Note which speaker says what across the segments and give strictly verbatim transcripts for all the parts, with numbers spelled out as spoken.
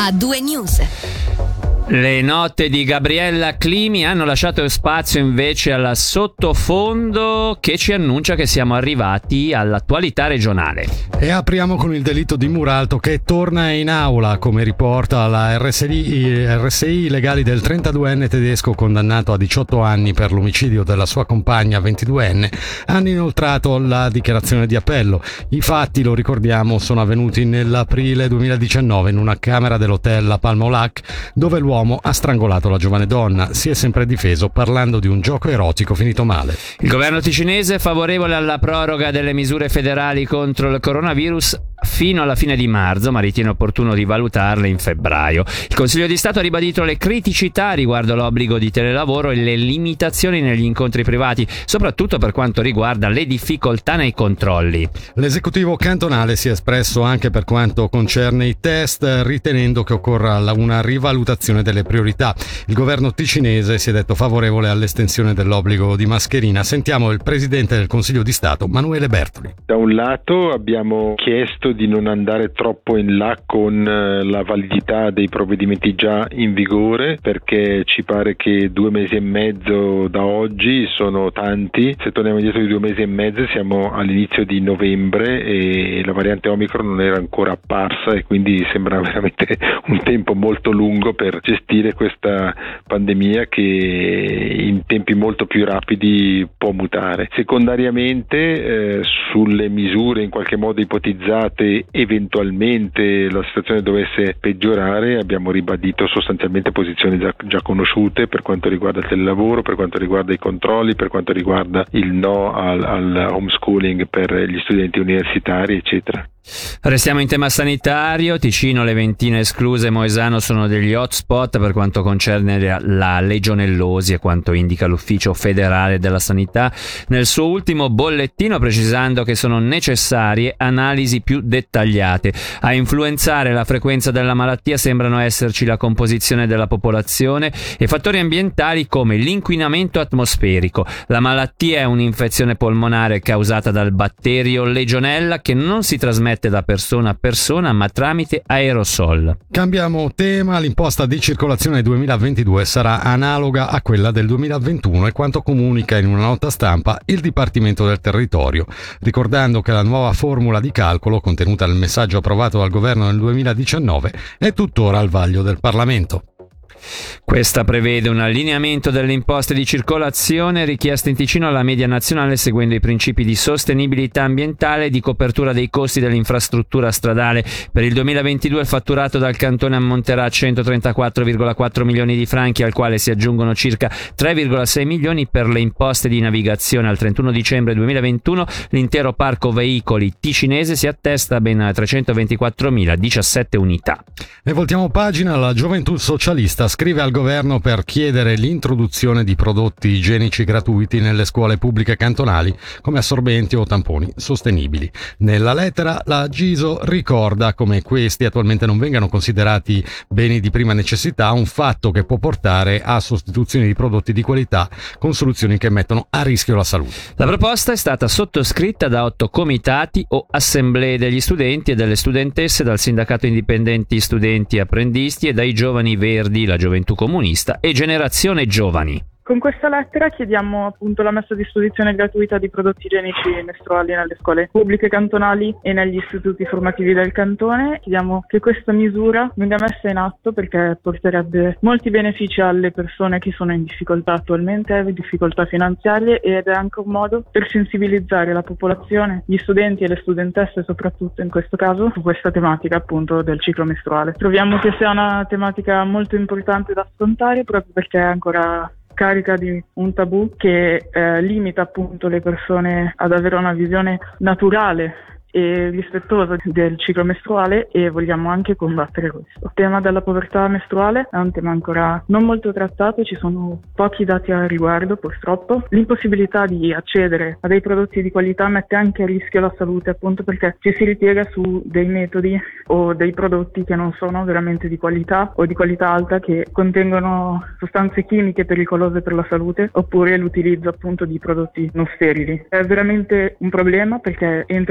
Speaker 1: A due News.
Speaker 2: Le note di Gabriella Climi hanno lasciato spazio invece alla sottofondo che ci annuncia che siamo arrivati all'attualità regionale.
Speaker 3: E apriamo con il delitto di Muralto che torna in aula, come riporta la R S I, R S I legali del trentaduenne tedesco condannato a diciotto anni per l'omicidio della sua compagna ventiduenne. Hanno inoltrato la dichiarazione di appello. I fatti, lo ricordiamo, sono avvenuti nell'aprile duemiladiciannove in una camera dell'hotel La Palma Olac, dove l'uomo ha strangolato la giovane donna. Si è sempre difeso parlando di un gioco erotico finito male.
Speaker 2: Il governo ticinese è favorevole alla proroga delle misure federali contro il coronavirus fino alla fine di marzo, ma ritiene opportuno rivalutarle in febbraio. Il Consiglio di Stato ha ribadito le criticità riguardo l'obbligo di telelavoro e le limitazioni negli incontri privati, soprattutto per quanto riguarda le difficoltà nei controlli.
Speaker 3: L'esecutivo cantonale si è espresso anche per quanto concerne i test, ritenendo che occorra una rivalutazione delle priorità. Il governo ticinese si è detto favorevole all'estensione dell'obbligo di mascherina. Sentiamo il presidente del Consiglio di Stato, Manuele Bertoli.
Speaker 4: Da un lato abbiamo chiesto di non andare troppo in là con la validità dei provvedimenti già in vigore, perché ci pare che due mesi e mezzo da oggi sono tanti. Se torniamo indietro di due mesi e mezzo siamo all'inizio di novembre e la variante Omicron non era ancora apparsa e quindi sembra veramente un tempo molto lungo per gestire questa pandemia che in tempi molto più rapidi può mutare. Secondariamente eh, sulle misure in qualche modo ipotizzate eventualmente la situazione dovesse peggiorare, abbiamo ribadito sostanzialmente posizioni già, già conosciute per quanto riguarda il telelavoro, per quanto riguarda i controlli, per quanto riguarda il no al, al homeschooling per gli studenti universitari, eccetera.
Speaker 2: Restiamo in tema sanitario. Ticino, le Ventine escluse, Moesano sono degli hotspot per quanto concerne la legionellosi e quanto indica l'Ufficio federale della sanità nel suo ultimo bollettino, precisando che sono necessarie analisi più dettagliate. A influenzare la frequenza della malattia sembrano esserci la composizione della popolazione e fattori ambientali come l'inquinamento atmosferico. La malattia è un'infezione polmonare causata dal batterio Legionella che non si trasmette da persona a persona ma tramite aerosol.
Speaker 3: Cambiamo tema. L'imposta di circolazione duemilaventidue sarà analoga a quella del duemilaventuno e quanto comunica in una nota stampa il Dipartimento del Territorio, ricordando che la nuova formula di calcolo contenuta nel messaggio approvato dal governo nel duemiladiciannove è tuttora al vaglio del Parlamento.
Speaker 2: Questa prevede un allineamento delle imposte di circolazione richieste in Ticino alla media nazionale seguendo i principi di sostenibilità ambientale e di copertura dei costi dell'infrastruttura stradale. Per il duemilaventidue il fatturato dal cantone ammonterà a centotrentaquattro virgola quattro milioni di franchi, al quale si aggiungono circa tre virgola sei milioni per le imposte di navigazione. Al trentuno dicembre duemilaventuno l'intero parco veicoli ticinese si attesta a ben trecentoventiquattromiladiciassette unità.
Speaker 3: E voltiamo pagina. La Gioventù Socialista scrive al governo per chiedere l'introduzione di prodotti igienici gratuiti nelle scuole pubbliche cantonali come assorbenti o tamponi sostenibili. Nella lettera la Giso ricorda come questi attualmente non vengano considerati beni di prima necessità, un fatto che può portare a sostituzioni di prodotti di qualità con soluzioni che mettono a rischio la salute.
Speaker 2: La proposta è stata sottoscritta da otto comitati o assemblee degli studenti e delle studentesse, dal sindacato indipendenti studenti e apprendisti e dai giovani verdi, la Gioventù Comunista e Generazione Giovani.
Speaker 5: Con questa lettera chiediamo appunto la messa a disposizione gratuita di prodotti igienici mestruali nelle scuole pubbliche cantonali e negli istituti formativi del cantone. Chiediamo che questa misura venga messa in atto perché porterebbe molti benefici alle persone che sono in difficoltà attualmente, difficoltà finanziarie, ed è anche un modo per sensibilizzare la popolazione, gli studenti e le studentesse soprattutto in questo caso, su questa tematica appunto del ciclo mestruale. Troviamo che sia una tematica molto importante da affrontare proprio perché è ancora carica di un tabù che eh, limita appunto le persone ad avere una visione naturale e rispettosa del ciclo mestruale, e vogliamo anche combattere questo. Il tema della povertà mestruale è un tema ancora non molto trattato, ci sono pochi dati al riguardo purtroppo. L'impossibilità di accedere a dei prodotti di qualità mette anche a rischio la salute, appunto perché ci si ripiega su dei metodi o dei prodotti che non sono veramente di qualità o di qualità alta, che contengono sostanze chimiche pericolose per la salute, oppure l'utilizzo appunto di prodotti non sterili. È veramente un problema perché entra in gioco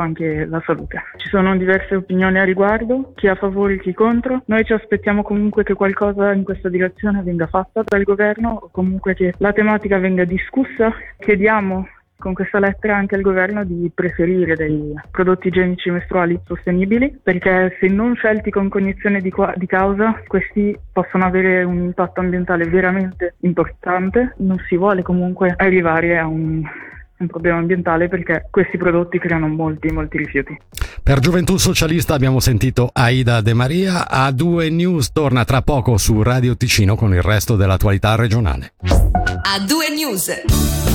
Speaker 5: anche la salute. Ci sono diverse opinioni a riguardo, chi a favore, chi contro. Noi ci aspettiamo comunque che qualcosa in questa direzione venga fatta dal governo, o comunque che la tematica venga discussa. Chiediamo con questa lettera anche al governo di preferire dei prodotti igienici mestruali sostenibili, perché se non scelti con cognizione di, qua- di causa, questi possono avere un impatto ambientale veramente importante. Non si vuole comunque arrivare a un, un problema ambientale, perché questi prodotti creano molti, molti rifiuti.
Speaker 3: Per Gioventù Socialista abbiamo sentito Aida De Maria. A due News torna tra poco su Radio Ticino con il resto dell'attualità regionale.
Speaker 1: A due News.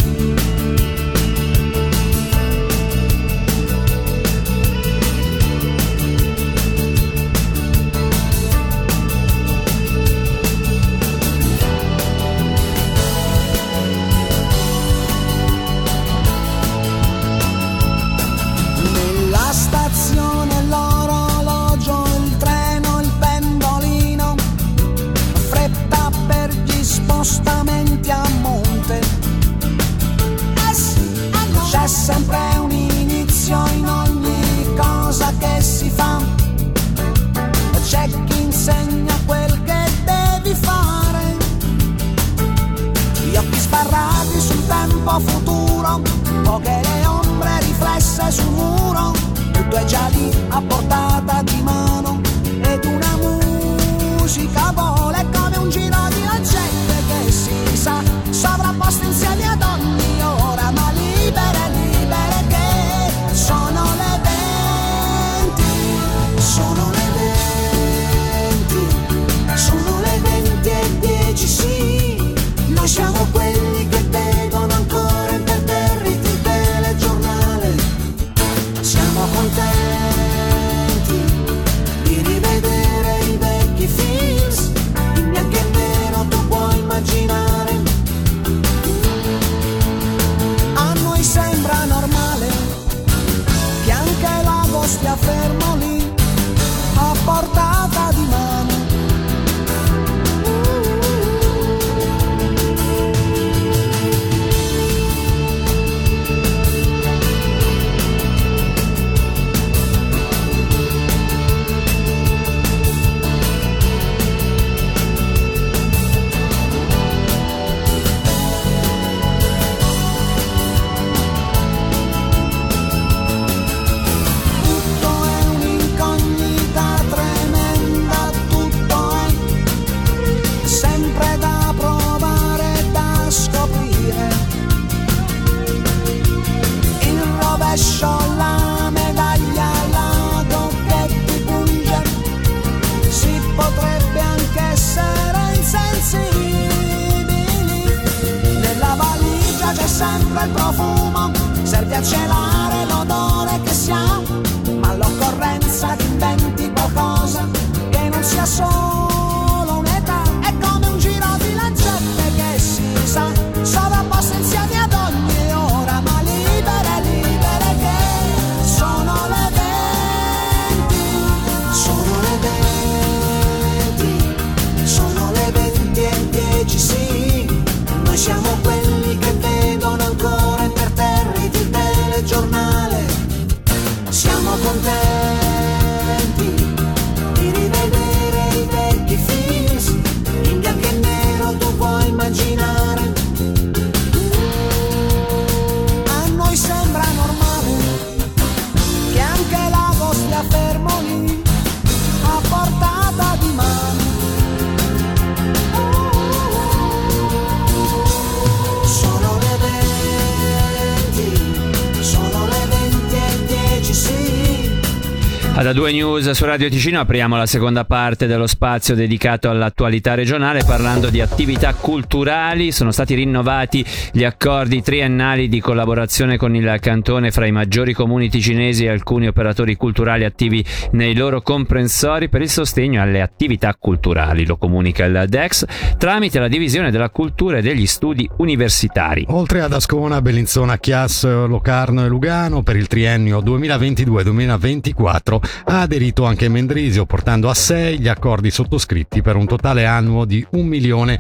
Speaker 6: Spostamenti a monte, eh sì, eh no. C'è sempre un inizio in ogni cosa che si fa, c'è chi insegna quel che devi fare, gli occhi sbarrati sul tempo futuro, poche le ombre riflesse sul muro, tutto è già lì a portata di mano, ed una musica vola come un giro di lancette che si sa, sovrapposte insieme ad ogni ora, ma libere, libere che sono le venti, sono le venti, sono le venti e dieci, sì, noi siamo quelli che vedono ancora imperterriti il telegiornale, siamo contenti di rivedere i vecchi films, in bianco e nero tu puoi immaginare. A noi sembra normale che anche l'ago stia fermo lì, a portata di mano. La medaglia all'ago che ti punge, si potrebbe anche essere insensibili. Nella valigia c'è sempre il profumo, serve a celare l'odore che si ha, ma all'occorrenza ti inventi qualcosa che non sia solo un'età. È come un giro di lancette che si sa, sovrapposte insieme ad ogni ora, ma libere, libere che sono le venti, sono le venti, sono le venti e dieci, sì, noi siamo quelli che vedono ancora imperterriti il telegiornale, siamo contenti di rivedere i vecchi films, in bianco e nero tu puoi immaginare. A noi sembra normale che anche l'ago stia fermo lì, a portata di mano. Sono le venti, sono le venti e dieci, sì.
Speaker 2: Ad A due News su Radio Ticino apriamo la seconda parte dello spazio dedicato all'attualità regionale parlando di attività culturali. Sono stati rinnovati gli accordi triennali di collaborazione con il cantone fra i maggiori comuni ticinesi e alcuni operatori culturali attivi nei loro comprensori per il sostegno alle attività culturali. Lo comunica il D E X tramite la divisione della cultura e degli studi universitari.
Speaker 3: Oltre ad Ascona, Bellinzona, Chiasso, Locarno e Lugano per il triennio duemilaventidue duemilaventiquattro ha aderito anche Mendrisio, portando a sei gli accordi sottoscritti per un totale annuo di un milione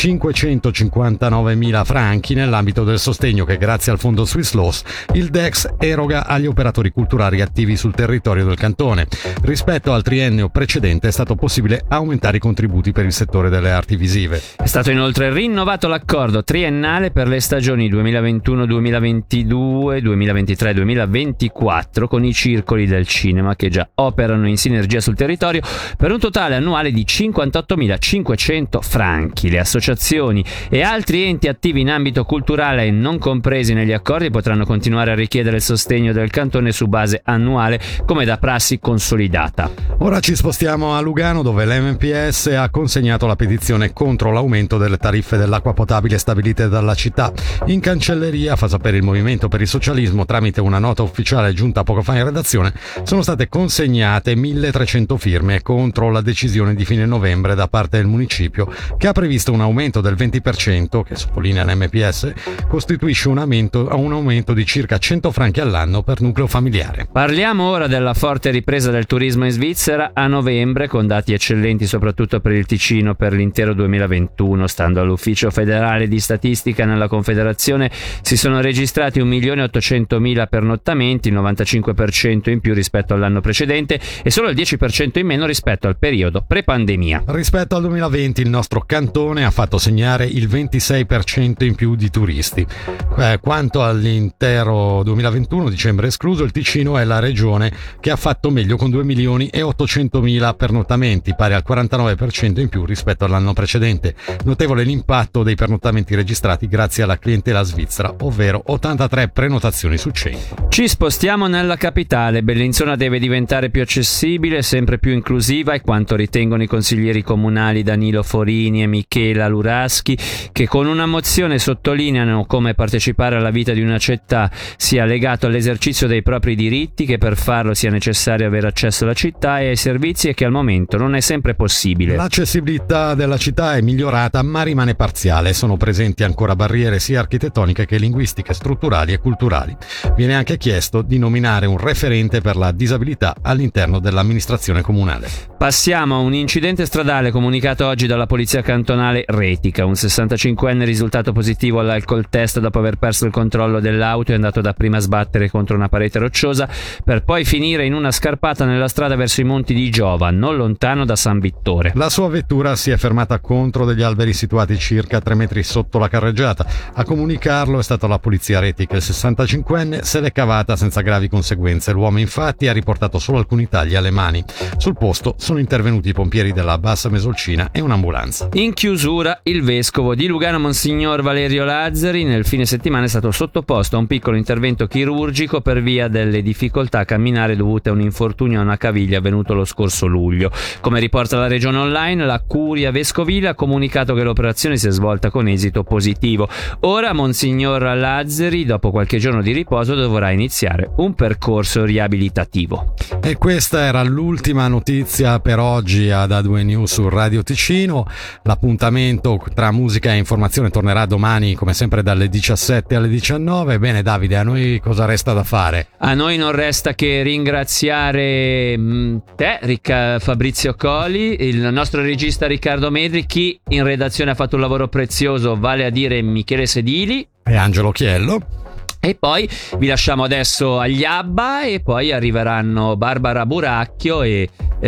Speaker 3: cinquecentocinquantanovemila franchi nell'ambito del sostegno che, grazie al fondo Swiss Laws, il D E X eroga agli operatori culturali attivi sul territorio del cantone. Rispetto al triennio precedente è stato possibile aumentare i contributi per il settore delle arti visive.
Speaker 2: È stato inoltre rinnovato l'accordo triennale per le stagioni duemilaventuno duemilaventidue, duemilaventitré duemilaventiquattro con i circoli del cinema, che già operano in sinergia sul territorio, per un totale annuale di cinquantottomilacinquecento franchi. Le associazioni e altri enti attivi in ambito culturale non compresi negli accordi potranno continuare a richiedere il sostegno del cantone su base annuale, come da prassi consolidata.
Speaker 3: Ora ci spostiamo a Lugano, dove l'M P S ha consegnato la petizione contro l'aumento delle tariffe dell'acqua potabile stabilite dalla città. In cancelleria, fa sapere il Movimento per il Socialismo tramite una nota ufficiale giunta poco fa in redazione, sono state consegnate milletrecento firme contro la decisione di fine novembre da parte del municipio, che ha previsto un aumento del venti per cento, che sottolinea l'M P S, costituisce un aumento, un aumento di circa cento franchi all'anno per nucleo familiare.
Speaker 2: Parliamo ora della forte ripresa del turismo in Svizzera a novembre, con dati eccellenti soprattutto per il Ticino per l'intero duemilaventuno. Stando all'Ufficio federale di statistica, nella Confederazione si sono registrati un milione ottocentomila pernottamenti, il novantacinque per cento in più rispetto all'anno precedente e solo il dieci per cento in meno rispetto al periodo pre-pandemia.
Speaker 3: Rispetto al duemilaventi il nostro cantone ha fatto segnare il ventisei per cento in più di turisti. Eh, quanto all'intero duemilaventuno, dicembre escluso, il Ticino è la regione che ha fatto meglio con due milioni e ottocentomila pernottamenti, pari al quarantanove per cento in più rispetto all'anno precedente. Notevole l'impatto dei pernottamenti registrati grazie alla clientela svizzera, ovvero ottantatré prenotazioni su cento.
Speaker 2: Ci spostiamo nella capitale. Bellinzona deve diventare più accessibile, sempre più inclusiva, è quanto ritengono i consiglieri comunali Danilo Forini e Michela Luraschi, che con una mozione sottolineano come partecipare alla vita di una città sia legato all'esercizio dei propri diritti, che per farlo sia necessario avere accesso alla città e ai servizi e che al momento non è sempre possibile.
Speaker 3: L'accessibilità della città è migliorata ma rimane parziale, sono presenti ancora barriere sia architettoniche che linguistiche, strutturali e culturali. Viene anche chiesto di nominare un referente per la disabilità all'interno dell'amministrazione comunale.
Speaker 2: Passiamo a un incidente stradale comunicato oggi dalla polizia cantonale Retica. Un sessantacinquenne risultato positivo all'alcol test dopo aver perso il controllo dell'auto è andato dapprima a sbattere contro una parete rocciosa per poi finire in una scarpata nella strada verso i monti di Giova, non lontano da San Vittore.
Speaker 3: La sua vettura si è fermata contro degli alberi situati circa tre metri sotto la carreggiata. A comunicarlo è stata la polizia Retica. Il sessantacinquenne se l'è cavata senza gravi conseguenze. L'uomo infatti ha riportato solo alcuni tagli alle mani. Sul posto sono intervenuti i pompieri della Bassa Mesolcina e un'ambulanza.
Speaker 2: In chiusura, il vescovo di Lugano, Monsignor Valerio Lazzari, nel fine settimana è stato sottoposto a un piccolo intervento chirurgico per via delle difficoltà a camminare dovute a un infortunio a una caviglia avvenuto lo scorso luglio. Come riporta la Regione Online, la Curia Vescovile ha comunicato che l'operazione si è svolta con esito positivo. Ora Monsignor Lazzari, dopo qualche giorno di riposo, dovrà iniziare un percorso riabilitativo.
Speaker 3: E questa era l'ultima notizia per oggi ad A due News su Radio Ticino. L'appuntamento tra musica e informazione tornerà domani come sempre dalle diciassette alle diciannove. Bene Davide, a noi cosa resta da fare?
Speaker 2: A noi non resta che ringraziare te, Ricca, Fabrizio Coli, il nostro regista Riccardo Medri, chi in redazione ha fatto un lavoro prezioso, vale a dire Michele Sedili
Speaker 3: e Angelo Chiello.
Speaker 2: E poi vi lasciamo adesso agli Abba e poi arriveranno Barbara Buracchio e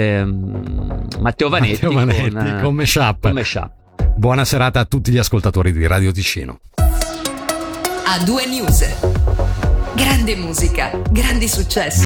Speaker 2: ehm, Matteo Vanetti,
Speaker 3: Matteo Vanetti
Speaker 2: con,
Speaker 3: con Meshup.
Speaker 2: con Meshup.
Speaker 3: Buona serata a tutti gli ascoltatori di Radio Ticino.
Speaker 1: A due News. Grande musica, grandi successi.